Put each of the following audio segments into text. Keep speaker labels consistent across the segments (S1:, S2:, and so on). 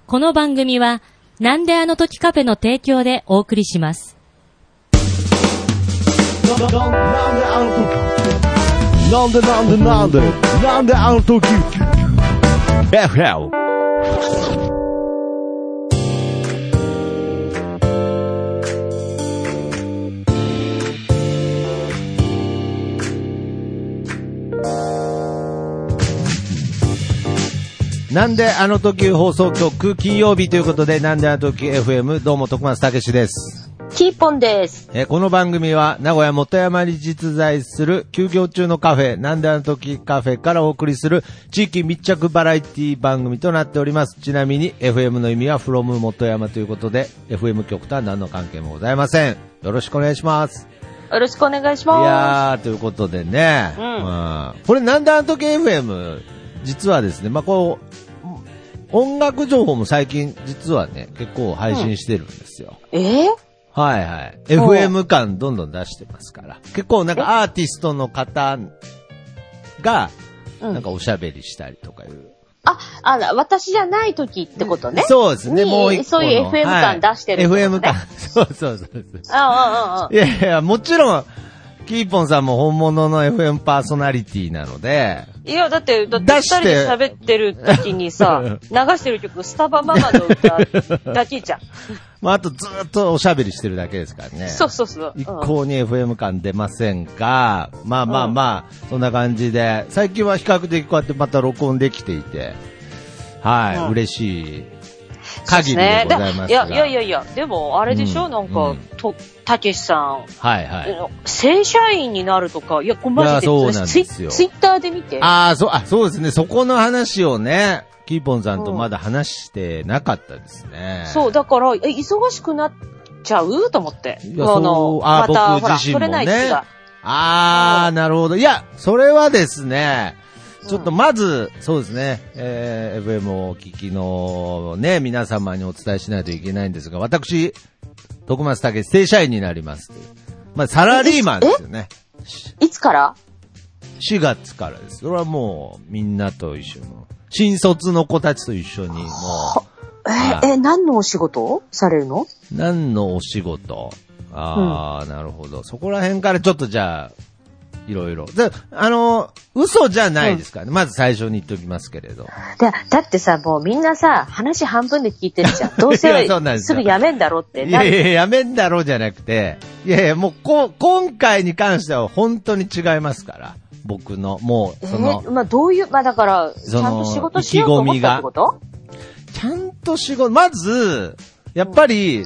S1: この番組はなんであの時カフェの提供でお送りします。
S2: なんであの時 FLなんであの時放送局金曜日ということで、なんであの時 FM、 どうも徳松たけしです。
S3: キーポンです。
S2: この番組は名古屋元山に実在する休業中のカフェ、なんであの時カフェからお送りする地域密着バラエティ番組となっております。ちなみに FM の意味は from 元山ということで、 FM 局とは何の関係もございません。よろしくお願いします。
S3: よろしくお願いします。
S2: いやー、ということでね、これなんであの時 FM、 実はですね、こう音楽情報も最近実はね結構配信してるんですよ。はいはい。FM 感どんどん出してますから。結構なんかアーティストの方がなんかおしゃべりしたりとかいう。
S3: 私じゃない時ってことね。
S2: そうですね。もう一個
S3: そういう FM 感出してる、ね。
S2: FM 感。そうそうそう。いやいや、もちろんキーポンさんも本物の FM パーソナリティなので。
S3: いや、だって二人で喋ってる時にさ、流してる曲、スタバママの歌だけじゃん。
S2: あとずっとおしゃべりしてるだけですからね。
S3: そうそうそう。
S2: 一向に FM 感出ませんが、そんな感じで、最近は比較的こうやってまた録音できていて、はい、嬉しい限りでございますが。
S3: いや、でもあれでしょ、なんか、たけしさん。
S2: はいはい。
S3: 正社員になるとか、いや、これマジで、
S2: そうなんですよ。
S3: ツイッターで見て。
S2: そうですね。そこの話をね、キーポンさんとまだ話してなかったですね。
S3: そう、だから、忙しくなっちゃうと思って。
S2: いや、僕自身もね。なるほど。いや、それはですね、ちょっとまず、そうですね、FM をお聞きのね、皆様にお伝えしないといけないんですが、私、徳松たけし正社員になります。サラリーマンですよね。
S3: いつから？
S2: 4 月からです。それはもう、みんなと一緒の、新卒の子たちと一緒に、も
S3: う。何のお仕事をされるの？
S2: 何のお仕事？なるほど。そこら辺からちょっとじゃあ、いろいろ。嘘じゃないですからね。まず最初に言っておきますけれど。
S3: だってさ、もうみんなさ、話半分で聞いてるじゃん。どうせすぐやめんだろって。
S2: いや、やめんだろうじゃなくて、もう今回に関しては本当に違いますから。僕の、もう、
S3: どういう、だから、ちゃんと仕事しようと思ったってこと？
S2: ちゃんと仕事、まず、やっぱり、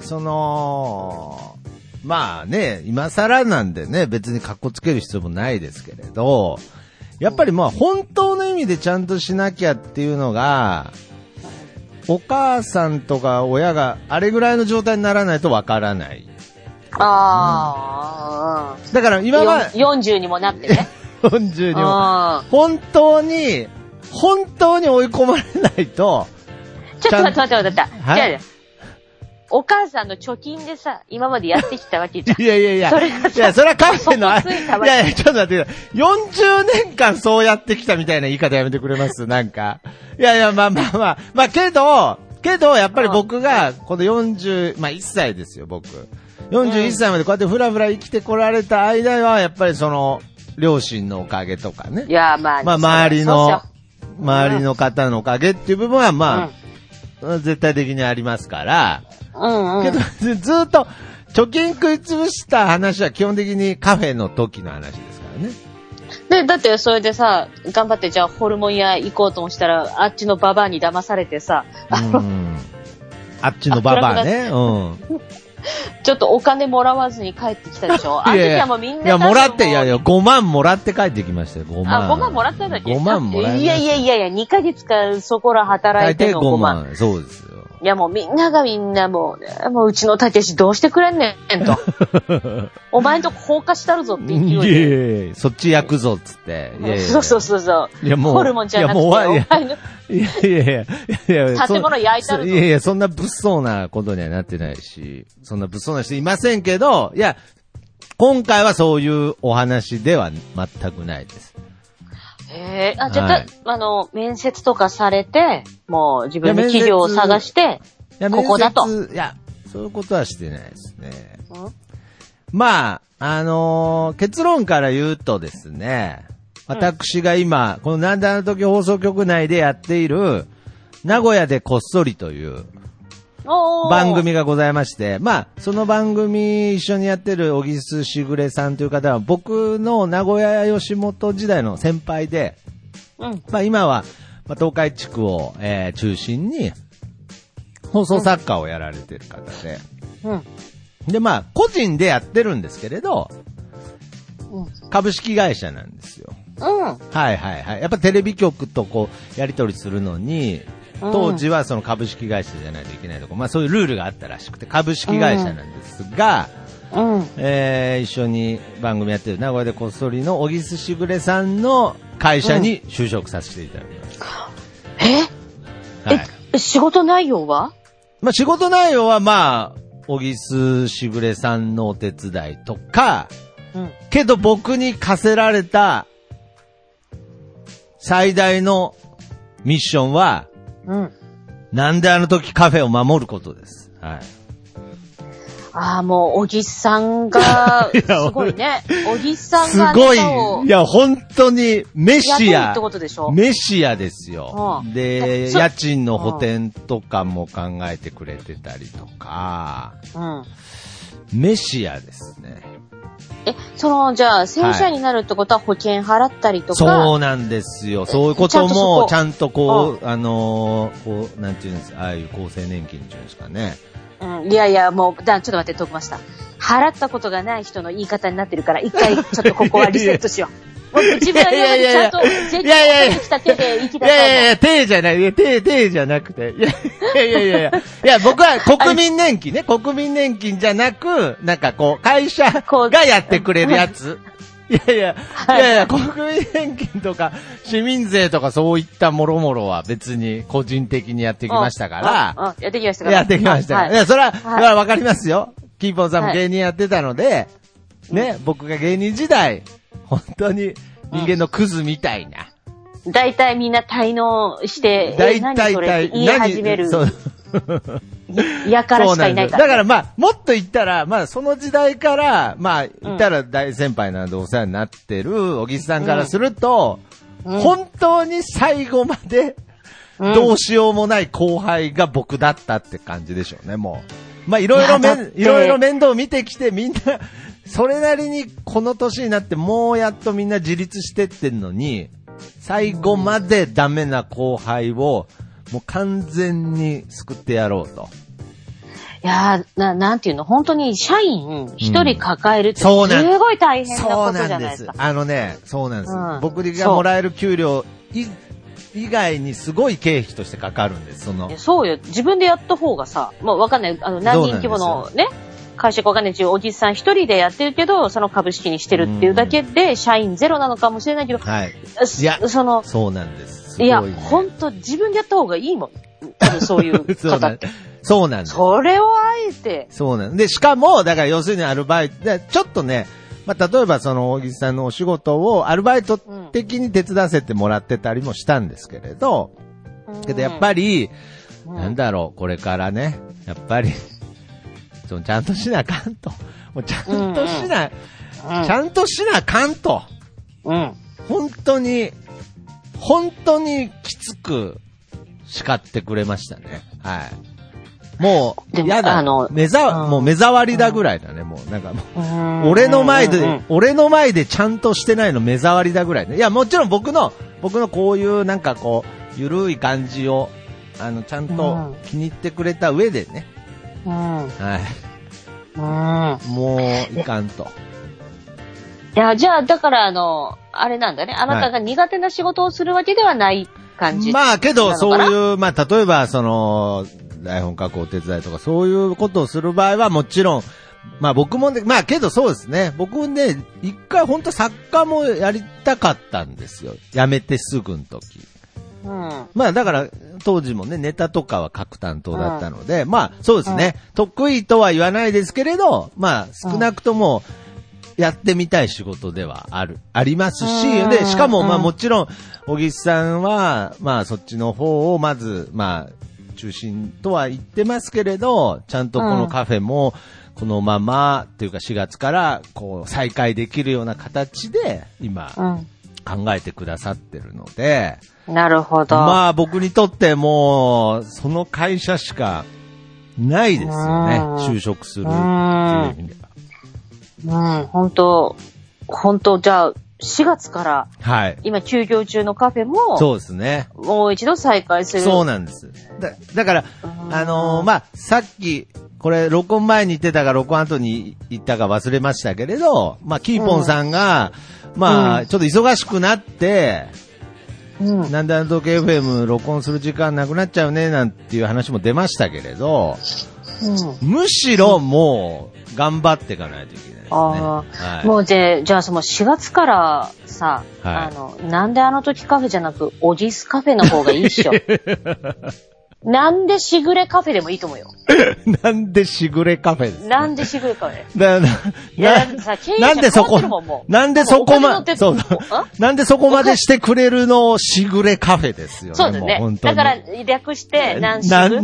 S2: 今更なんでね、別に格好つける必要もないですけれど、やっぱり本当の意味でちゃんとしなきゃっていうのが、お母さんとか親があれぐらいの状態にならないとわからない。だから今は、
S3: 40にもなってね。
S2: 40にも。本当に追い込まれないと。
S3: ちょっと待って。はい。お母さんの貯金でさ、今までやってきたわけじゃん。
S2: いや。それはカフェの、いや、ちょっと待ってください。40年間そうやってきたみたいな言い方やめてくれますなんか。いや、けど、やっぱり僕が、この1歳ですよ、僕。41歳までこうやってふらふら生きてこられた間は、やっぱり両親のおかげとかね。
S3: いや、
S2: 周りの方のおかげっていう部分は、絶対的にありますから、けどずっと貯金食いつぶした話は基本的にカフェの時の話ですからね。
S3: で、だってそれでさ、頑張ってじゃあホルモン屋行こうとしたら、あっちのババアに騙されてさ、
S2: あっちのババアね。
S3: ちょっとお金もらわずに帰ってきたでしょ。あの時はもうみんな。
S2: いや、もらって、5万もらって帰ってきましたよ、5万。
S3: 5万もらったんだっけ？
S2: 5 万もらって。
S3: いや、2ヶ月間そこら働いての5万。
S2: そうですよ。
S3: いや、もうみんなもううちのたけしどうしてくれんねんと。お前んとこ放火したるぞって言って
S2: いやそっち焼くぞっつって。
S3: そう。いや、もう。ホルモンじゃなくて、お前の。いや、建物焼いたるぞ。
S2: いや、そんな物騒なことにはなってないし、そんな物騒な人いませんけど、いや、今回はそういうお話では全くないです。
S3: じゃあ、面接とかされて、もう自分で企業を探して、ここだと。
S2: いや、そういうことはしてないですね。まあ、結論から言うとですね、私が今、このなんであの時放送局内でやっている、名古屋でこっそりという番組がございまして、まあ、その番組一緒にやってる小木須しぐれさんという方は、僕の名古屋吉本時代の先輩で、まあ今は、東海地区を、中心に、放送作家をやられてる方で、で、まあ、個人でやってるんですけれど、株式会社なんですよ。はいはいはい。やっぱテレビ局とこう、やり取りするのに、当時はその株式会社じゃないといけないとこ、まあそういうルールがあったらしくて、株式会社なんですが、一緒に番組やってる名古屋でこっそりの小木須しぐれさんの会社に就職させていただきました。はい。
S3: 仕事内容は？
S2: まあ仕事内容はまあ、小木須しぐれさんのお手伝いとか、けど僕に課せられた最大のミッションは、なんであの時カフェを守ることです。はい。
S3: もう、小木さんが、すごいね。小木さんが、
S2: すごい。いや、本当に、メシア。
S3: ってことでしょ？
S2: メシアですよ。で、家賃の補填とかも考えてくれてたりとか、メシアですね。
S3: じゃあ、正社員になるってことは保険払ったりとか、
S2: そうなんですよ。そういうことも、ちゃんとこう、こう、なんていうんですか、ああいう厚生年金っていうんですかね。
S3: いやいや、もう、ちょっと待って、解きました。払ったことがない人の言い方になってるから、一回、ちょっとここはリセットしよう。自分は今までちゃんと、税金をきた手で生きたと思う。
S2: いや、手じゃない、手じゃなくて。いや、僕は国民年金ね、国民年金じゃなく、なんかこう、会社がやってくれるやつ。いや、国民年金とか、市民税とかそういったもろもろは別に個人的にやってきましたから。
S3: やってきましたから。
S2: やってきましたから。いや、それはわかりますよ。キーポンさんも芸人やってたので、ね、僕が芸人時代、本当に人間のクズみたいな。
S3: 大体みんな滞納して、何それって言い始める。やからしかいないから。
S2: だからまあ、もっと言ったら、まあその時代から、まあ言ったら大先輩なんでお世話になってる小木さんからすると、本当に最後までどうしようもない後輩が僕だったって感じでしょうね、もう。まあいろいろ面倒見てきてみんな、それなりにこの年になってもうやっとみんな自立してってんのに、最後までダメな後輩をもう完全に救ってやろうと。
S3: いやー、なんていうの、本当に社員一人抱えるってすごい大変なことじゃないですか。
S2: そうなんです。僕がもらえる給料以外にすごい経費としてかかるんです。
S3: そうよ。自分でやった方がさ、まあわかんない。何人規模のね、会社かわかんない。おじさん一人でやってるけど、その株式にしてるっていうだけで、社員ゼロなのかもしれないけど、
S2: はい。いや、そうなんです。
S3: いや、本当自分でやった方がいいもん。多分そういう方って。
S2: そうなんです。
S3: それをあえて。
S2: そうなんです。で、しかも、だから要するにアルバイト、ちょっとね、まあ、例えばその大木さんのお仕事をアルバイト的に手伝わせてもらってたりもしたんですけれど、けどやっぱり、なんだろう、これからね、やっぱり、ちゃんとしなあかんと。もうちゃんとしなあかんと。本当にきつく叱ってくれましたね。はい。もう、やだ。もう目障りだぐらいだね。もう、なんかもう、俺の前でちゃんとしてないの目障りだぐらいね。いや、もちろん僕のこういうなんかこう、ゆるい感じを、ちゃんと気に入ってくれた上でね。はい。もう、いかんと。
S3: いや、じゃあ、だから、あれなんだね。あなたが苦手な仕事をするわけではない感じ。
S2: まあ、けど、そういう、まあ、例えば、台本書くお手伝いとか、そういうことをする場合は、もちろん、まあ僕もね、まあけどそうですね。僕ね、一回本当作家もやりたかったんですよ。辞めてすぐの時。まあだから、当時もね、ネタとかは書く担当だったので、まあそうですね。得意とは言わないですけれど、まあ少なくとも、 やってみたい仕事ではありますし、で、しかもまあもちろん、小木さんは、まあそっちの方をまず、まあ、中心とは言ってますけれど、ちゃんとこのカフェも、このまま、というか4月から、こう、再開できるような形で、今、考えてくださってるので、
S3: なるほど。
S2: まあ僕にとってもう、その会社しかないですよね。就職するっていう意味では。
S3: 本当じゃあ、4月から、
S2: はい。
S3: 今休業中のカフェも、
S2: そうですね。
S3: もう一度再開する。
S2: そうなんです。だから、まあ、さっき、これ、録音前に言ってたか、録音後に言ったか忘れましたけれど、まあ、キーポンさんが、まあ、ちょっと忙しくなって、なんであの時 FM 録音する時間なくなっちゃうね、なんていう話も出ましたけれど、むしろもう、頑張っていかないといけないですね。はい、
S3: もうじゃあその4月からさ、なんであの時カフェじゃなく、オジスカフェの方がいいっしょ。なんでしぐれカフェでもいいと思うよ。
S2: なんでしぐれカフェです、ね、
S3: なんでしぐれカフェ
S2: なんでそこまでしてくれるのしぐれカフェですよね。
S3: そうだね。
S2: もう
S3: だから略して、なんしぐ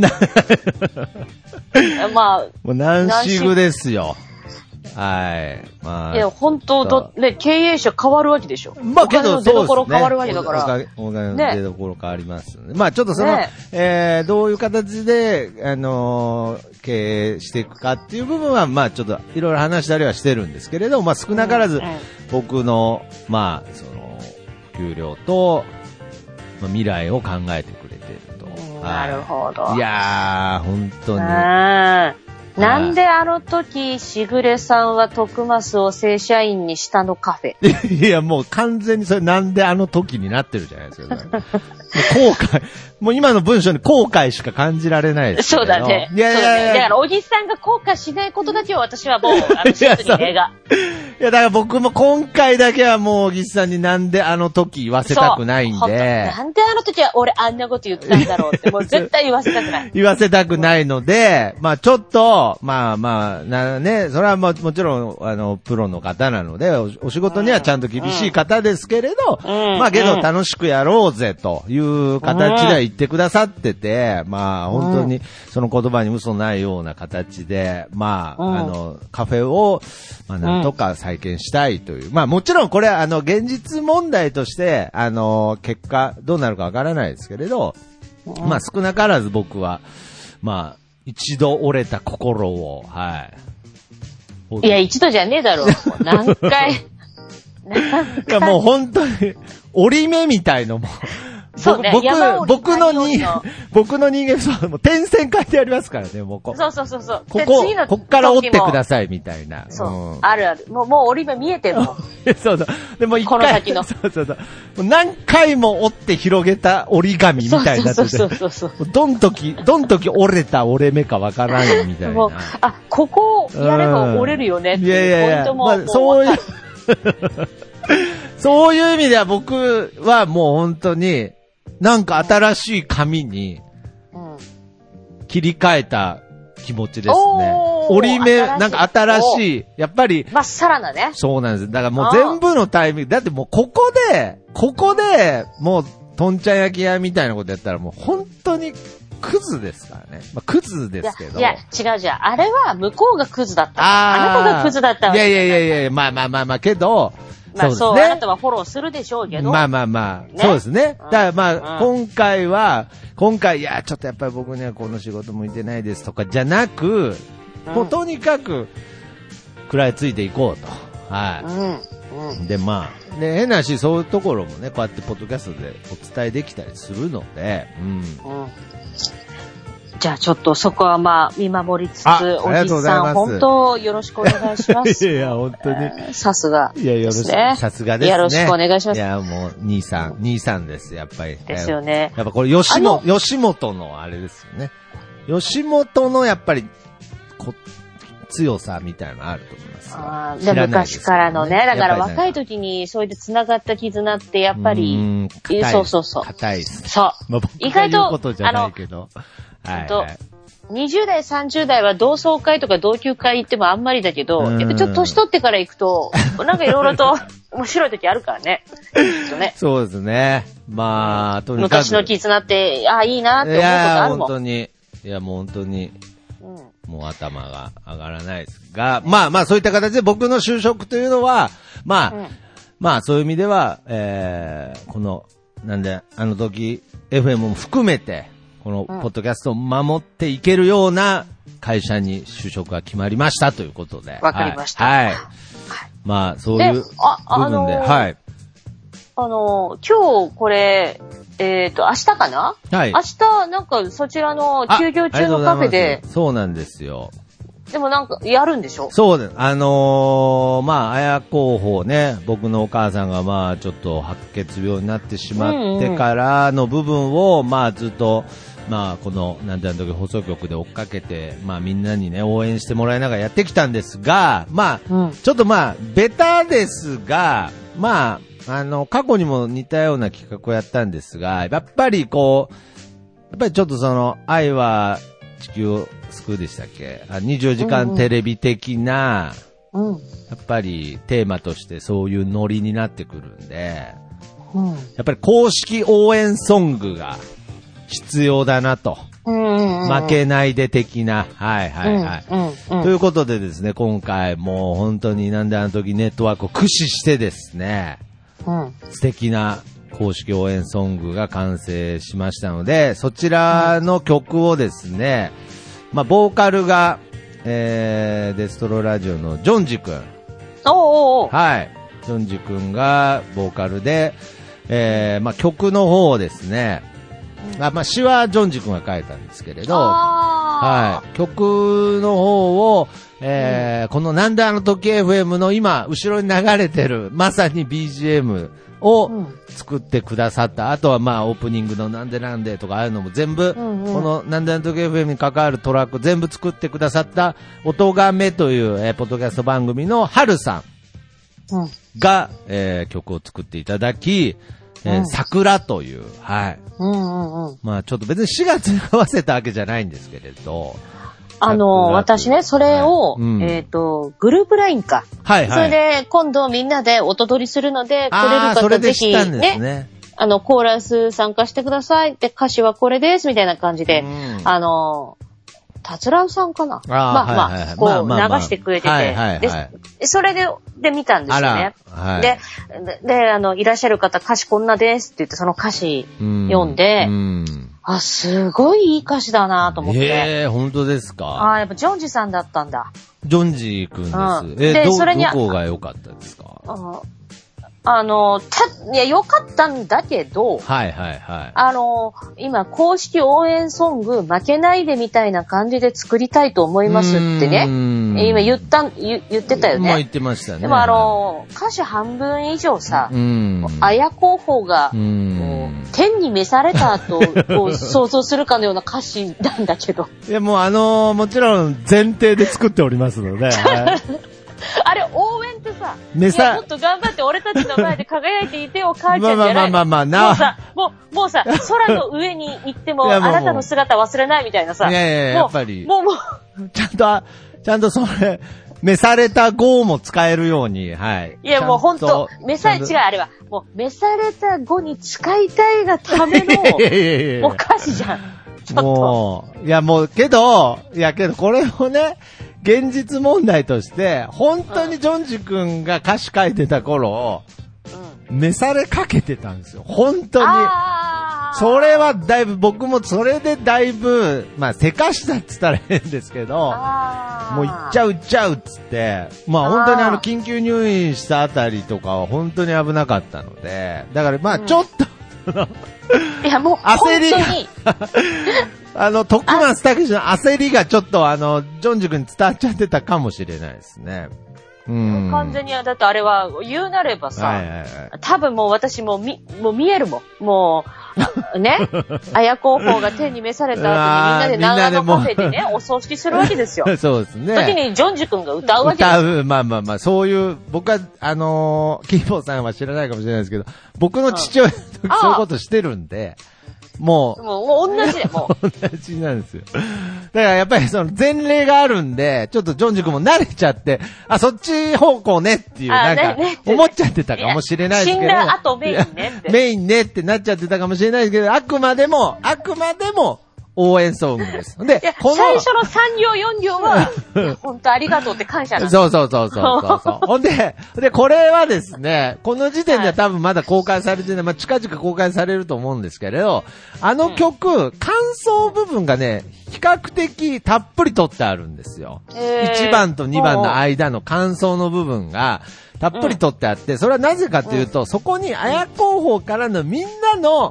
S3: まあ、
S2: もうなんしぐですよ。はい。まあ。
S3: いや、本当ね、経営者変わるわけでしょ。
S2: まあけど、
S3: 出所変わるわけだから。
S2: お金の出所変わりますよね。まあちょっとその、どういう形で、経営していくかっていう部分は、まあちょっといろいろ話したりはしてるんですけれど、まあ少なからず、僕の、まあ、その、給料と、まあ、未来を考えてくれてると。
S3: なるほど。
S2: いやー、本当に。
S3: なんであの時、しぐれさんは徳増を正社員にしたのカフェ。
S2: いや、もう完全にそれなんであの時になってるじゃないですか。もう後悔、もう今の文章に後悔しか感じられないですけど。
S3: そうだね。いやだから、おじさんが後悔しないことだけを私はもう、シンプルに映画。
S2: いや、だから僕も今回だけはもう、小木さんになんであの時言わせたくないんで。
S3: なんであの時は俺あんなこと言ったんだろうって、もう絶対言わせたくない。
S2: 言わせたくないので、まあちょっと、まあね、それはもちろん、プロの方なので、お仕事にはちゃんと厳しい方ですけれど、まあけど楽しくやろうぜという形で言ってくださってて、まあ本当にその言葉に嘘ないような形で、まあ、カフェを、まあなんとか再建したいという。まあもちろんこれは現実問題として、結果どうなるかわからないですけれど、まあ少なからず僕は、まあ一度折れた心を、はい。
S3: いや、一度じゃねえだろう。何回。い
S2: やもう本当に、折り目みたいのも。
S3: そうね、
S2: 僕の人間、そう、もう点線書いてありますからね、もう
S3: そう。
S2: こっから折ってください、みたいな。
S3: そう。あるある。もう折り目見えてるもん。
S2: そう。でも一回。
S3: この先の。
S2: そう。何回も折って広げた折り紙みたいになってて。
S3: そう。
S2: どん時折れた折れ目かわからないみたいな。もう、
S3: ここをやれば折れるよねっていうポイントも。
S2: まあ、そういう意味では僕はもう本当に、なんか新しい紙に切り替えた気持ちですね。折り目、なんか新しい、やっぱり。
S3: まっさらなね。
S2: そうなんです。だからもう全部のタイミング、だってもうここで、もう、とんちゃん焼き屋みたいなことやったらもう本当にクズですからね。まあクズですけど。
S3: いや、違うじゃん。あれは向こうがクズだった。あなたがクズだったわけ。
S2: いや、まあ、けど、
S3: そう、あなたはフォローするでしょうけど。
S2: まあ、そうですね。だからまあ、今回、いや、ちょっとやっぱり僕にはこの仕事向いてないですとかじゃなく、もうとにかく、食らいついていこうと。はい。で、まあ、で、変なし、そういうところもね、こうやってポッドキャストでお伝えできたりするので、
S3: じゃあちょっとそこはまあ見守りつつ、おじさん本当よろしくお願いします。
S2: いや、本当に。
S3: さすが。
S2: いや、よろしく。さすがですね。
S3: よろしくお願いします。
S2: いや、もう、兄さんです、やっぱり。
S3: ですよね。
S2: やっぱこれ、吉本のあれですよね。吉本のやっぱり、強さみたいなのあると思いますよ。
S3: で昔からのね、だから若い時にそうやって繋がった絆ってやっぱり、そう。
S2: 硬いっす。
S3: そう。
S2: まあ、僕が言うことじゃないけど。
S3: はい。 20代、30代は同窓会とか同級会行ってもあんまりだけど、やっぱちょっと年取ってから行くと、なんかいろいろと面白い時あるからね。ね
S2: そうですね。まあ、とにかく。
S3: 昔の絆って、ああ、いいなって思うことあるもん。
S2: 本当に。いや、もう本当に。もう頭が上がらないですが、まあまあそういった形で僕の就職というのは、まあ、まあそういう意味では、この、なんで、あの時、FM も含めて、このポッドキャストを守っていけるような会社に就職が決まりましたということで。
S3: わかりました。
S2: はい。はい、まあそういう部分で、はい。
S3: 今日これ、明日かな？はい。明日、なんかそちらの休業中のカフェで。
S2: そうなんですよ。
S3: でもなんか、やるんでしょ？
S2: そうです。まあ、綾候補ね、僕のお母さんがまあ、ちょっと白血病になってしまってからの部分を、まあ、ずっと、まあ、この、なんていうの、放送局で追っかけて、まあ、みんなにね、応援してもらいながらやってきたんですが、まあ、ちょっとまあ、ベタですが、まあ、過去にも似たような企画をやったんですが、やっぱりこう、やっぱりちょっとその、愛は地球を救うでしたっけ？24時間テレビ的な、やっぱりテーマとしてそういうノリになってくるんで、やっぱり公式応援ソングが必要だなと。負けないで的な。はいはいはい。ということでですね、今回もう本当になんであの時ネットワークを駆使してですね、素敵な公式応援ソングが完成しましたので、そちらの曲をですね、まあ、ボーカルが、デストロラジオのジョンジ君。はい。ジョンジ君がボーカルで、まあ、曲の方をですね、まあ、詩はジョンジ君が書いたんですけれど、はい。曲の方を、このなんであの時 FM の今、後ろに流れてる、まさに BGM を作ってくださった。あとはまあ、オープニングのなんでなんでとか、ああいうのも全部、このなんであの時 FM に関わるトラック全部作ってくださった、音がめという、ポッドキャスト番組の春さんが、曲を作っていただき、桜という、はい。まあちょっと別に4月に合わせたわけじゃないんですけれど。
S3: 私ね、それを、グループラインか。はいはい。それで、今度みんなで音取りするので、来れる方ぜひ、ね、コーラス参加してください。で、歌詞はこれです、みたいな感じで、達郎さんかな。まあ、こう、流してくれてて、で、それで見たんですよね。で、いらっしゃる方、歌詞こんなですって言って、その歌詞読んで、あ、すごいいい歌詞だなと思って。
S2: 本当ですか？
S3: やっぱジョンジさんだったんだ。
S2: ジョンジ君です。で、それにどこが良かったですか？いや、良かったんだけど、 はいはいは
S3: い。今、公式応援ソング、負けないでみたいな感じで作りたいと思いますってね。今言ってたよね。
S2: 言ってましたね。
S3: でも歌詞半分以上さ、綾候補が、天に召されたと想像するかのような歌詞なんだけど。
S2: いや、もうもちろん前提で作っておりますので。
S3: あれ、応援ってさ、もっと頑張って俺たちの前で輝いていてよ、母ちゃんじゃない。もうさ、空の上に行っても、あなたの姿忘れないみたいなさ。
S2: いやいや、やっぱり。もう、ちゃんとそれ、召された語も使えるように、はい。
S3: いや、もうほんと、違う、あれは。もう、召された語に使いたいがための、もう歌詞じゃん。ちょっと。
S2: もう、いやもう、けど、これをね、現実問題として、本当にジョンジ君が歌詞書いてた頃、召されかけてたんですよ。本当に。それはだいぶ、僕もそれでだいぶ、まあ、せかしたって言ったら変ですけど、もう行っちゃうっつって、まあ本当に緊急入院したあたりとかは本当に危なかったので、だからまあちょっと、
S3: いやもう
S2: 焦りが特番スタッフの焦りがちょっとジョンジ君に伝わっちゃってたかもしれないですね。
S3: 完全に、だってあれは言うなればさ、多分もう私もう見えるもん。もう、ね、綾候補が天に召された後にみんなで長野カフェでね、お葬式するわけですよ。
S2: そうですね。
S3: 時にジョンジ君が歌うわけですよ。
S2: まあ、そういう、僕は、キーボーさんは知らないかもしれないですけど、僕の父親の時そういうことしてるんで、もう
S3: 同じで、もう。
S2: 同じなんですよ。だかからやっぱりその前例があるんで、ちょっとジョンジ君も慣れちゃって、あ、そっち方向ねっていう、なんか、思っちゃってたかもしれないですけど。
S3: 死んだ後メインねって。
S2: メインねってなっちゃってたかもしれないですけど、あくまでも、応援ソングです。で、
S3: 最初の3行4行は、本当ありがとうって感謝なんです。
S2: そう。ほんで、これはですね、この時点では多分まだ公開されてない、まあ、近々公開されると思うんですけれど、あの曲、感想部分がね、比較的たっぷり取ってあるんですよ。1番と2番の間の感想の部分が、たっぷり取ってあって、それはなぜかというと、そこに綾候補からのみんなの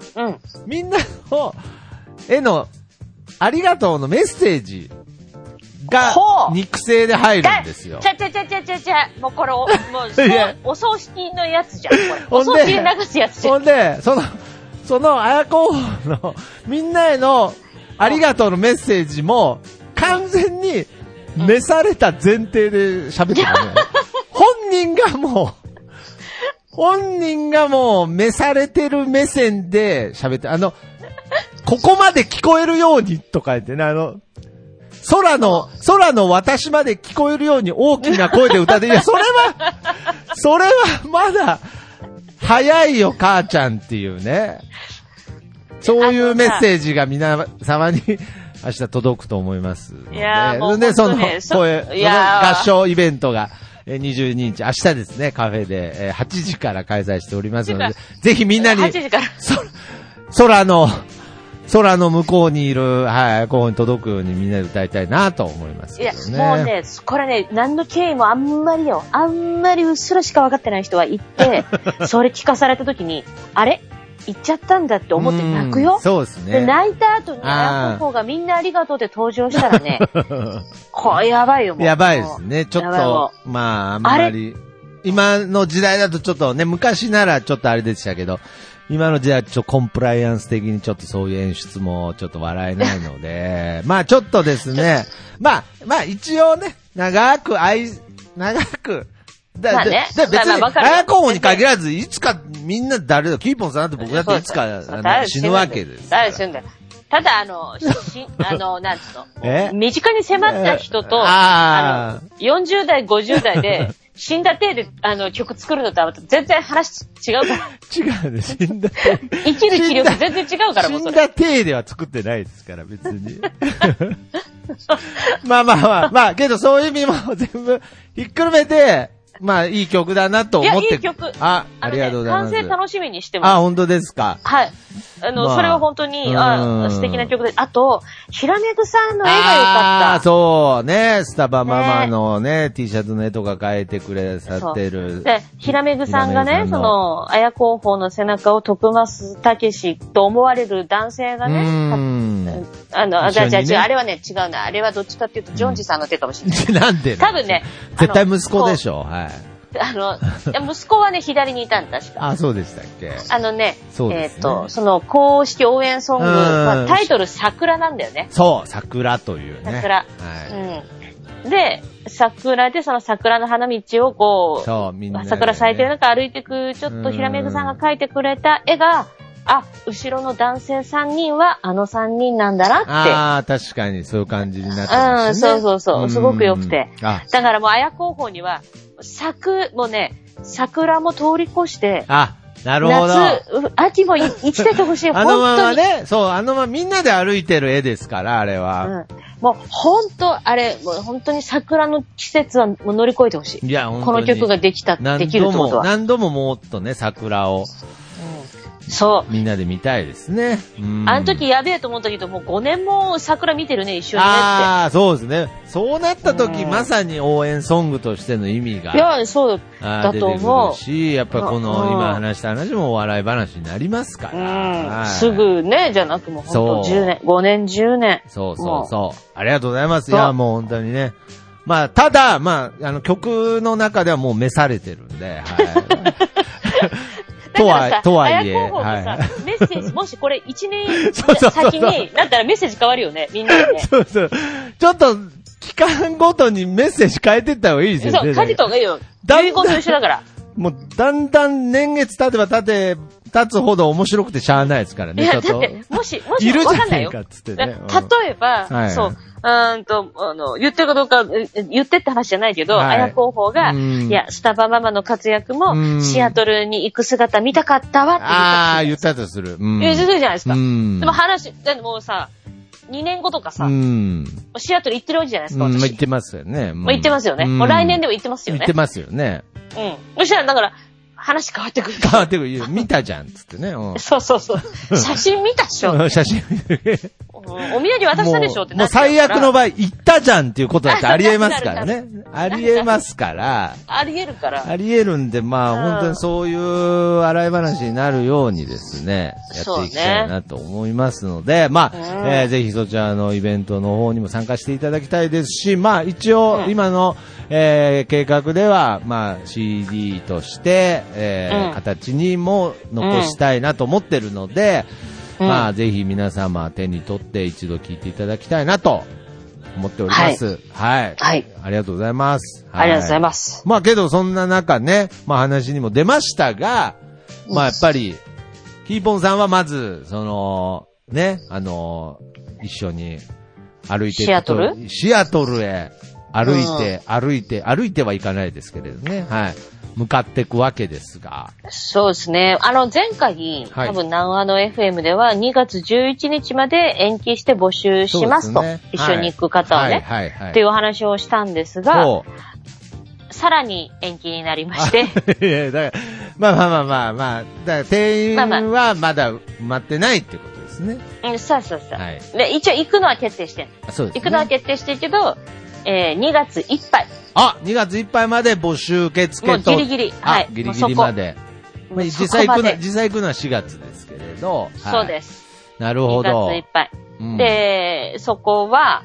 S2: へのありがとうのメッセージが肉声で入るんですよ。
S3: もうこれもうお葬式のやつじゃん。これお葬式で流すやつじゃん。
S2: ほんでその綾候補のみんなへのありがとうのメッセージも完全に召された前提で喋ってるね。本人がもう召されてる目線で喋って、ここまで聞こえるようにとか言ってね、空の私まで聞こえるように大きな声で歌って、いや、それはまだ、早いよ、母ちゃんっていうね。そういうメッセージが皆様に明日届くと思いますので。
S3: いやもう
S2: で、その合唱イベントが、22日、明日ですね、カフェで、8時から開催しておりますので、ぜひみんなに、
S3: 8時から
S2: 空の向こうにいる、はい、候補に届くようにみんなで歌いたいなと思いますけどね。
S3: いや、もうね、これね、何の経緯もあんまりうっすらしか分かってない人は行って、それ聞かされた時に、あれ行っちゃったんだって思って泣くよ。
S2: そうですね。
S3: で、泣いた後に、綾候補がみんなありがとうって登場したらね、これやばいよ、もう。
S2: やばいですね。ちょっと、まあ、あんまり、今の時代だとちょっとね、昔ならちょっとあれでしたけど、今の時代はちょっとコンプライアンス的にちょっとそういう演出もちょっと笑えないので、まあちょっとですね、まあ一応ね、長く、まあね、
S3: 別
S2: に、綾候補に限らず、いつかみんな誰だ、キーポンさんだって僕だっていつか死ぬわけです。
S3: 誰死んだよ。ただなんつうの、身近に迫った人と、40代、50代で、死んだ体で、曲作るのとは全然話違うから。
S2: 違うね、死んだ体。
S3: 生きる気力全然違うから、もうそれ。
S2: 死んだ体では作ってないですから、別に。まあ、けどそういう意味も全部ひっくるめて、まあ、いい曲だなと思って。
S3: いい曲。
S2: ありがとうございます。
S3: 完成楽しみにしてます。
S2: 本当ですか。
S3: はい。それは本当に、素敵な曲で。あと、ひらめぐさんの絵が良かった。
S2: そうね。スタバママのね、T シャツの絵とか描いてくれさってる。
S3: で、ひらめぐさんがね、綾候補の背中を徳増たけしと思われる男性がね、あれはね、違うな。あれはどっちかっていうと、ジョンジさんの手かもしれない。
S2: なんで
S3: 多分ね、
S2: 絶対息子でしょ。はい。
S3: 息子はね、左にいたんだ、確か。
S2: そうでしたっけ。
S3: そうですね。その公式応援ソング、タイトル桜なんだよね。
S2: そう、桜というね。
S3: 桜。はい。で、桜でその桜の花道をこう、みんな桜咲いてる中歩いていく、ちょっとひらめぐさんが描いてくれた絵が、後ろの男性3人は3人なんだなって。
S2: 確かにそういう感じになってますね。
S3: そう。すごく良くて。だからもう綾候補には、もうね、桜も通り越して、
S2: なるほど。
S3: 夏、秋も生きててほしい。
S2: ままね、そう、みんなで歩いてる絵ですから、あれは。
S3: もう本当に桜の季節はもう乗り越えてほしい。いや、この曲ができるってことは。
S2: 何度ももっとね、桜を。
S3: そう。
S2: みんなで見たいですね。
S3: あの時やべえと思ったけど、もう5年も桜見てるね、一緒にねって。
S2: そうですね。そうなった時、まさに応援ソングとしての意味が。
S3: いや、そうだと思う。
S2: 出てくるし、やっぱこの今話した話も笑い話になりますから。
S3: すぐね、じゃなくもう本当10年、5年、10年。
S2: そう。ありがとうございます。いや、もう本当にね。まあ、ただ、曲の中ではもう召されてるんで、はい。とはいえ、
S3: メッセージ、もしこれ1年先になったらメッセージ変わるよね、みんなでね。
S2: そう。ちょっと、期間ごとにメッセージ変えてった方がいいですよね。
S3: 変えてった方がいいよ。遺言と一緒だから。
S2: もう、だんだん年月経てば経経つほど面白くてしゃあないですからね。
S3: いや、だって、もし、
S2: いるじゃないかっつってね。
S3: 例えば、はい、そう、言ってるかどうか、言ってって話じゃないけど、はい、綾候補が、いや、スタバママの活躍も、シアトルに行く姿見たかったわって
S2: 言ったとする。
S3: 言ってるじゃないですか。でも話、だってもうさ、2年後とかさ、シアトル行ってるわけじゃないですか、私。
S2: 行ってますよね。
S3: 行ってますよね。もう来年でも行ってますよね。
S2: 行ってますよね。
S3: そしたら、だから、話変わってくる。
S2: 変わってくる。見たじゃん、つってね。
S3: そう。写真見たっしょ。
S2: 写真見る。
S3: お土産渡したでしょって
S2: もう最悪の場合、行ったじゃんっていうことだってありえますからね。ありえますから。
S3: ありえるから。
S2: ありえるんで、本当にそういう洗い話になるようにですね、やっていきたいなと思いますので、ぜひそちらのイベントの方にも参加していただきたいですし、一応、今の、計画では、CD として、形にも残したいなと思ってるので、ぜひ皆様手に取って一度聞いていただきたいなと思っております。はい。はい。ありがとうございます。
S3: ありがとうございます。
S2: けどそんな中ね、話にも出ましたが、やっぱり、キーポンさんはまず、ね、一緒に歩いて
S3: シアト
S2: ルへ歩いてはいかないですけれどね。はい。向かっていくわけですが。
S3: そうですね。前回、多分、南アの FM では2月11日まで延期して募集しますと。一緒に行く方をね。っていうお話をしたんですが、さらに延期になりまして。
S2: いや、だから、だから定員はまだ埋まってないってことですね。
S3: そう。で、一応行くのは決定してる。そうですね。行くのは決定してるけど、2月いっぱい。
S2: 2月いっぱいまで募集受付と。もう
S3: ギリギリ。はい。
S2: ギリギリまで。実際行くのは4月ですけれど。
S3: そうです。
S2: なるほど。
S3: 2月いっぱい。で、そこは、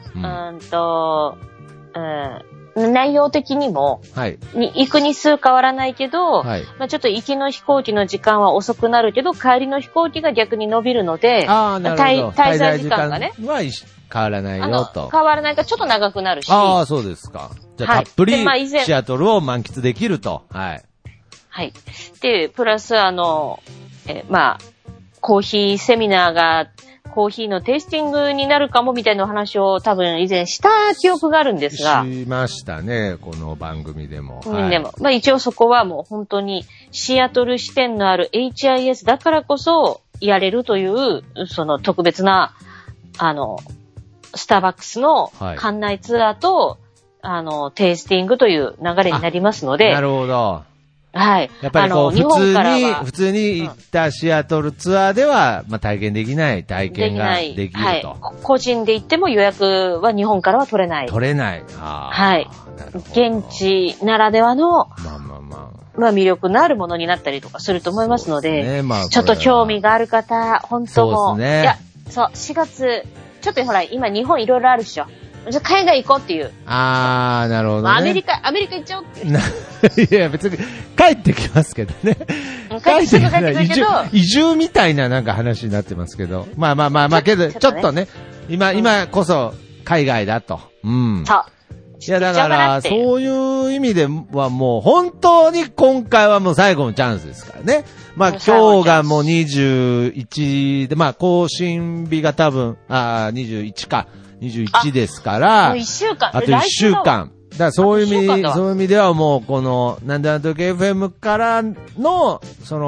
S3: 内容的にも、行く日数変わらないけど、ちょっと行きの飛行機の時間は遅くなるけど、帰りの飛行機が逆に伸びるので、滞在時間がね。
S2: 変わらないよと。
S3: 変わらないからちょっと長くなるし。
S2: そうですか。じゃあ、たっぷりシアトルを満喫できると。はい。
S3: はい。で、プラスコーヒーセミナーが、コーヒーのテイスティングになるかもみたいな話を多分以前した記憶があるんですが。
S2: しましたね、この番組でも。
S3: でも、一応そこはもう本当にシアトル支店のある HIS だからこそやれるという、その特別な、スターバックスの館内ツアーと、テイスティングという流れになりますので。
S2: なるほど。
S3: はい。
S2: やっぱり普通に行ったシアトルツアーでは、体験できない体験ができると。はい。
S3: 個人で行っても予約は日本からは取れない。
S2: 取れない。
S3: はい。現地ならではの、魅力のあるものになったりとかすると思いますので、ちょっと興味がある方、本当も。
S2: そうですね。
S3: いや、4月、ちょっとほら、今日本いろいろあるっしょ。じゃあ海外行こうっていう。
S2: なるほどね。
S3: アメリカ行っちゃおうっていう。
S2: いや、別に帰ってきますけどね。
S3: 帰ってくるけど。
S2: 移住みたいな話になってますけど。けど、ちょっとね、今こそ海外だと。そう。いや、だから、そういう意味ではもう、本当に今回はもう最後のチャンスですからね。今日がもう21で、更新日が多分、21か。21ですから。
S3: もう1週間。
S2: あと1週間。だからそういう意味ではもう、この、なんであの時 FM からの、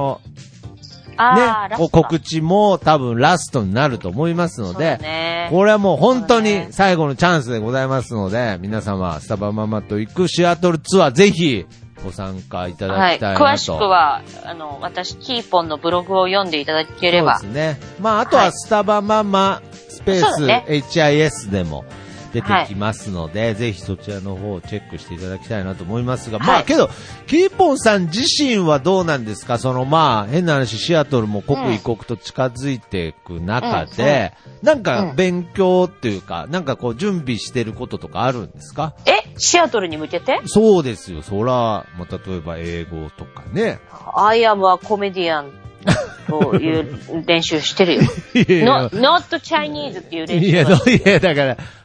S2: 告知も多分ラストになると思いますので、これはもう本当に最後のチャンスでございますので、皆様、スタバママと行くシアトルツアーぜひご参加いただきたいなと。
S3: 詳しくは、私、キーポンのブログを読んでいただければ。
S2: そうですね。あとはスタバママスペース HIS でも出てきますので、ぜひそちらの方をチェックしていただきたいなと思いますが、けど、キーポンさん自身はどうなんですか？変な話、シアトルも刻一刻と近づいていく中で、なんか勉強っていうか、なんか準備してることとかあるんですか？
S3: シアトルに向けて？
S2: そうですよ。例えば英語とかね。
S3: I am a comedian という練習してるよ。not Chinese っていう練習。
S2: いや、だから、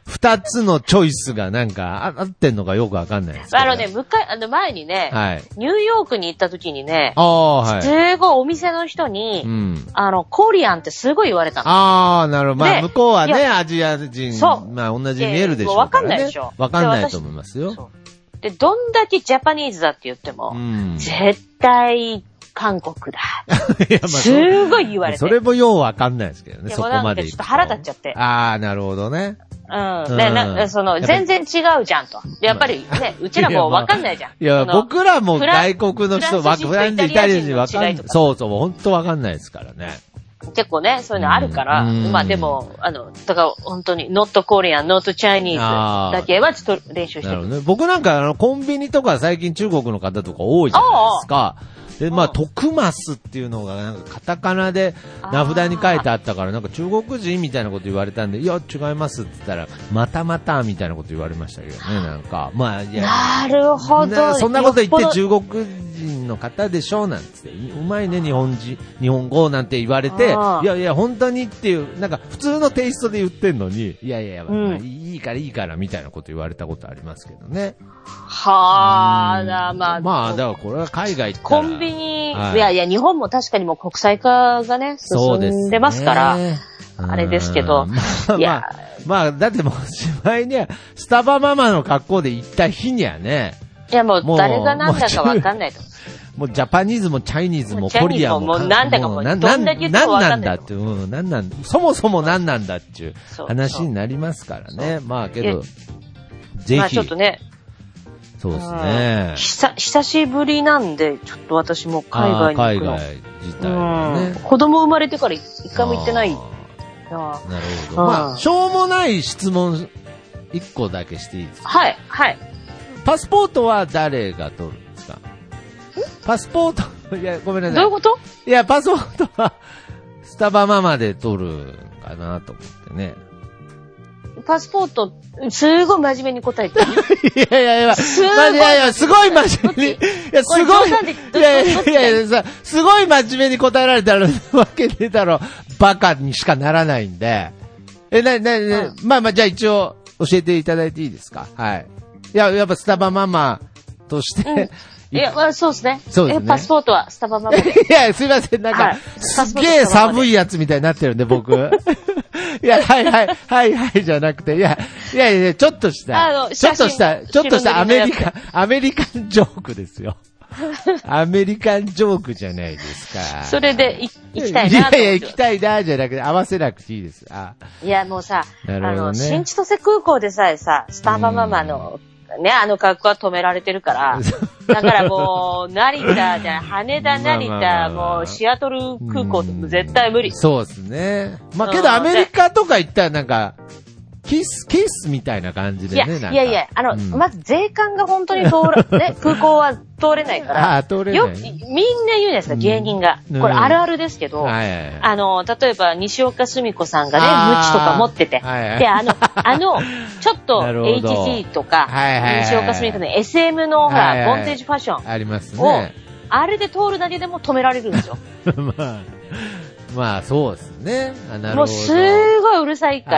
S2: 二つのチョイスがなんか合ってんのかよくわかんないですけ
S3: ど。前にね、はい、ニューヨークに行った時にね、
S2: はい、
S3: すごいお店の人に、コリアンってすごい言われたの。
S2: なるほど。まあ、向こうはね、アジア人、まあ、同じ見えるでしょうからね。
S3: わかんないでしょ。
S2: わかんないと思いますよ。
S3: で、どんだけジャパニーズだって言っても、絶対、韓国だ。すごい言われて。
S2: それもようわかんないですけどね、そこまで。
S3: ちょっと腹立っちゃって。
S2: なるほどね。
S3: 全然違うじゃんと。やっぱりね、うちらもわかんないじゃん。
S2: いや、僕らも外国の人、フランス、イタリア人わかんない。そう、ほんとわかんないですからね。
S3: 結構ね、そういうのあるから、まあでも、だから本当に、not Korean, not Chinese だけはちょっと練習してる。
S2: なるほどね。僕なんかコンビニとか最近中国の方とか多いじゃないですか。で、まあ、徳マスっていうのが、なんか、カタカナで名札に書いてあったから、なんか中国人みたいなこと言われたんで、いや、違いますって言ったら、またまたみたいなこと言われましたけどね、なんか。まあ、いや。
S3: なるほど。
S2: そんなこと言って中国人の方でしょなんつって、うまいね、日本語なんて言われて、いやいや、本当にっていう、なんか、普通のテイストで言ってんのに、いやいや、まあ、いいからみたいなこと言われたことありますけどね。
S3: まあ、
S2: だからこれは海外って。
S3: コンビニ、いや、日本も確かにもう国際化がね、進んでますから、あれですけど。
S2: まあ、だってもう、しまいには、スタバママの格好で行った日にはね。
S3: いや、もう誰が何だかわかんないと。
S2: もうジャパニーズもチャイニーズもコリアンも。
S3: もうなんだかもう、どんだけ
S2: 何なんだって、そもそも何なんだっていう話になりますからね。まあけど、ぜひ。
S3: まあちょっとね。
S2: そうですね。
S3: 久しぶりなんで、ちょっと私も海外に行くの。
S2: 海外自体ね。
S3: 子供生まれてから一回も行ってない。なる
S2: ほど。まあ、しょうもない質問一個だけしていいですか？
S3: はい、はい。
S2: パスポートは誰が取るんですか？パスポート、いや、ごめんなさい。
S3: どういうこと？い
S2: や、パスポートは、スタバママで取るかなと思ってね。
S3: パスポート、すごい真面目に答えてる。
S2: いや、すごい真面目に。いや、すごい。いや、すごい真面目に答えられたらわけねえだろ。バカにしかならないんで。まあ、じゃあ一応教えていただいていいですか？はい。いや、やっぱスタバママとして、
S3: いや、そうですね。
S2: そうですね。
S3: パスポートはスタバママで。
S2: いや、すいません、なんか、すげえ寒いやつみたいになってるんで、僕。いや、はい、じゃなくて、いや、ちょっとしたアメリカンジョークですよ。アメリカンジョークじゃないですか。
S3: それで行きたいな。
S2: いや、行きたいな、じゃなくて、合わせなくていいです。
S3: いや、もうさ、新千歳空港でさえさ、スタバママの、ね、格好は止められてるから。だからもう、成田じゃ羽田、成田、もう、シアトル空港絶対無理。
S2: そうですね。まあ、けどアメリカとか行ったらなんか、キスみたいな感じでね。
S3: いや、まず税関が本当に空港は通れないから。
S2: 通れない。
S3: みんな言うじゃないですか、芸人が。これあるあるですけど、例えば西岡澄子さんがね、ムチとか持ってて。で、ちょっと HG とか、西岡澄子の SM の、ほら、ボンテージファッション。
S2: ありますね。
S3: あれで通るだけでも止められるんですよ。
S2: まあ、そうですね。
S3: もうすごいうるさいから、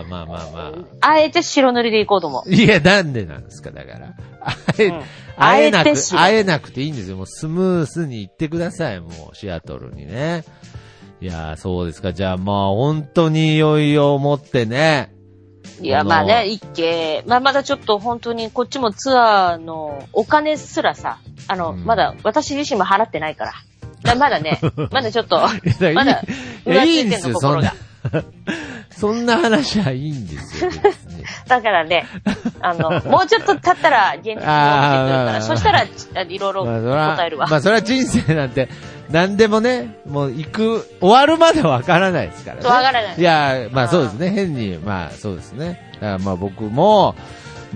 S3: あえて白塗りで行こうと思う。
S2: いや、なんでなんですか、だから。あえなくていいんですよ。もうスムースに行ってください、もう、シアトルにね。いや、そうですか。じゃあ、まあ、本当にいよいよ思ってね。
S3: いや、まあね、まだちょっと本当にこっちもツアーのお金すらさ、まだ私自身も払ってないから。まだね、まだちょっと、まだ、
S2: いいんですよ、そんな話はいいんですよ。
S3: だからね、もうちょっと経ったら現実に起きてくるから、そしたら、いろいろ答えるわ。
S2: まあ、それは人生なんて、何でもね、もう終わるまでわからないですからね。
S3: わからない。
S2: いや、まあそうですね、変に、まあそうですね。だからまあ僕も、キ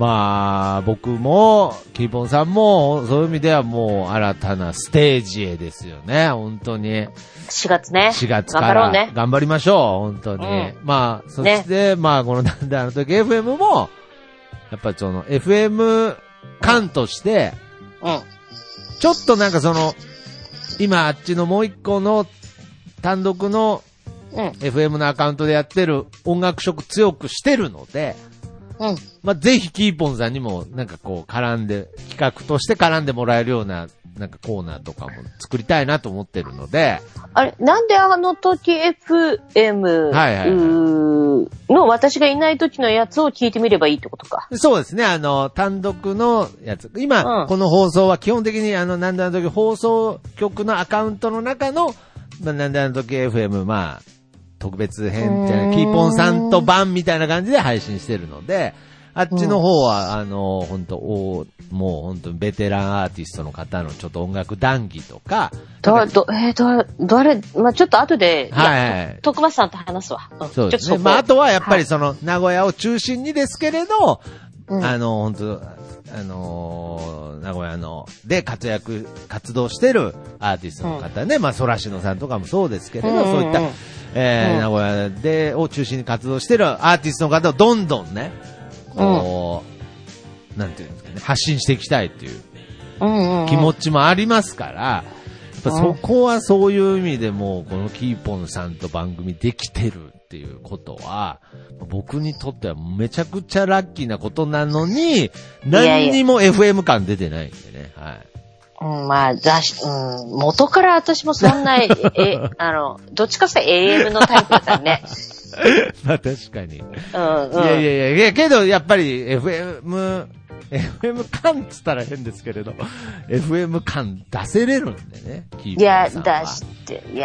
S2: ーポンさんも、そういう意味ではもう新たなステージへですよね、本当に。
S3: 4月ね。
S2: 4月から頑張りましょう、本当に。まあ、そして、まあ、このなんであの時 FM も、やっぱりその FM 感として、ちょっとなんか今あっちのもう一個の単独の FM のアカウントでやってる音楽色強くしてるので、 まあ、ぜひキーポンさんにも、なんかこう、企画として絡んでもらえるような、なんかコーナーとかも作りたいなと思ってるので。
S3: あれ、なんであの時 FM の私がいない時のやつを聞いてみればいいってことか。
S2: そうですね、単独のやつ。今、この放送は基本的になんであの時放送局のアカウントの中の、まあ、なんであの時 FM、まあ、特別編じゃない、キーポンさんと版みたいな感じで配信してるので、あっちの方は、本当もう本当にベテランアーティストの方のちょっと音楽談義とか。
S3: まあちょっと後で、徳松さんと話すわ。
S2: そうですね。まああとはやっぱりその、名古屋を中心にですけれど、本当名古屋で活動してるアーティストの方ね、まあ、ソラシノさんとかもそうですけれど、そういった、名古屋を中心に活動してるアーティストの方をどんどんね、なんていうんですかね、発信していきたいっていう気持ちもありますから、やっぱそこはそういう意味でも、このキーポンさんと番組できてるっていうことは、僕にとってはめちゃくちゃラッキーなことなのに、何にも FM 感出てないんでね。はい。
S3: まあ、元から私もそんな、どっちかって AM のタイプだったね。
S2: まあ確かに。いや、けどやっぱり FM 感つったら変ですけれど、FM 感出せれるんでね、
S3: いや、出して、いや、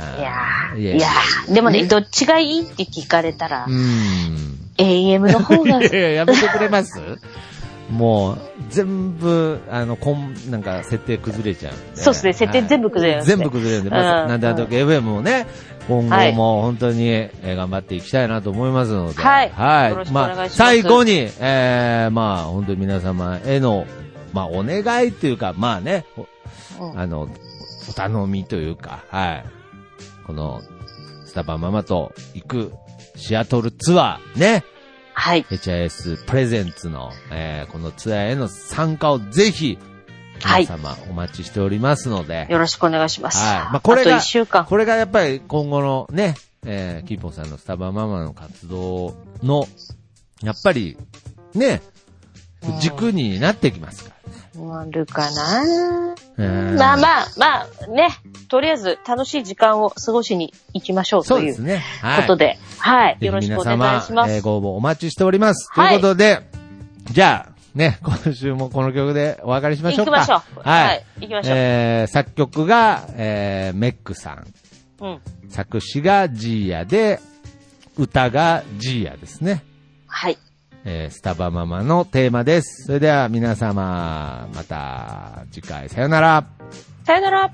S3: でもね、どっちがいいって聞かれたら、AM の方が。
S2: やめてくれますもう、全部、なんか、設定崩れちゃうんで。
S3: そうですね、設定全部崩れますね。
S2: 全部崩れるんで、なんであの時 FM もね、今後も本当に頑張っていきたいなと思いますので。
S3: はい。よろしくお願いします。
S2: 最後に、まあ、本当に皆様への、まあ、お願いっていうか、まあね、お頼みというか、はい。この、スタバママと行くシアトルツアー、ね。
S3: はい。
S2: HIS プレゼンツの、このツアーへの参加をぜひ、皆様お待ちしておりますので。
S3: よろしくお願いします。
S2: はい。まあ、これが、
S3: あと1週間。
S2: これがやっぱり今後のね、キーポンさんのスタバママの活動の、やっぱり、ね、軸になってきますからね。
S3: なるかな。まあ、ね、とりあえず楽しい時間を過ごしに行きましょうということで、はい。よろしくお願いします。
S2: ご応募お待ちしております。ということで、じゃあ、ね、今週もこの曲でお別れしましょうか。
S3: 行きましょう。はい。行きましょう。
S2: 作曲が、メックさん。作詞がジーヤで、歌がジーヤですね。
S3: はい。
S2: スタバママのテーマです。それでは皆様、また次回さよなら。
S3: さよなら。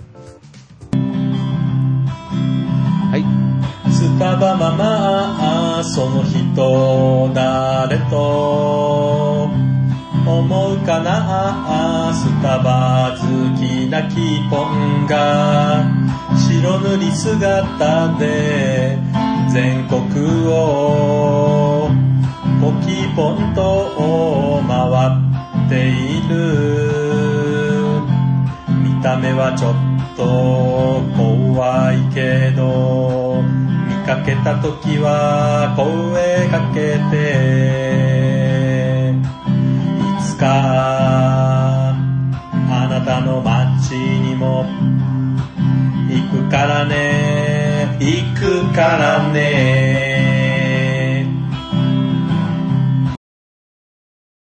S2: はい。
S4: スタバママ、その人誰と思うかな。スタバ好きなキーポンが白塗り姿で全国をポキポンと回っている。見た目はちょっと怖いけど、見かけたときは声かけて、いつかあなたの街にも行くからね、行くからね。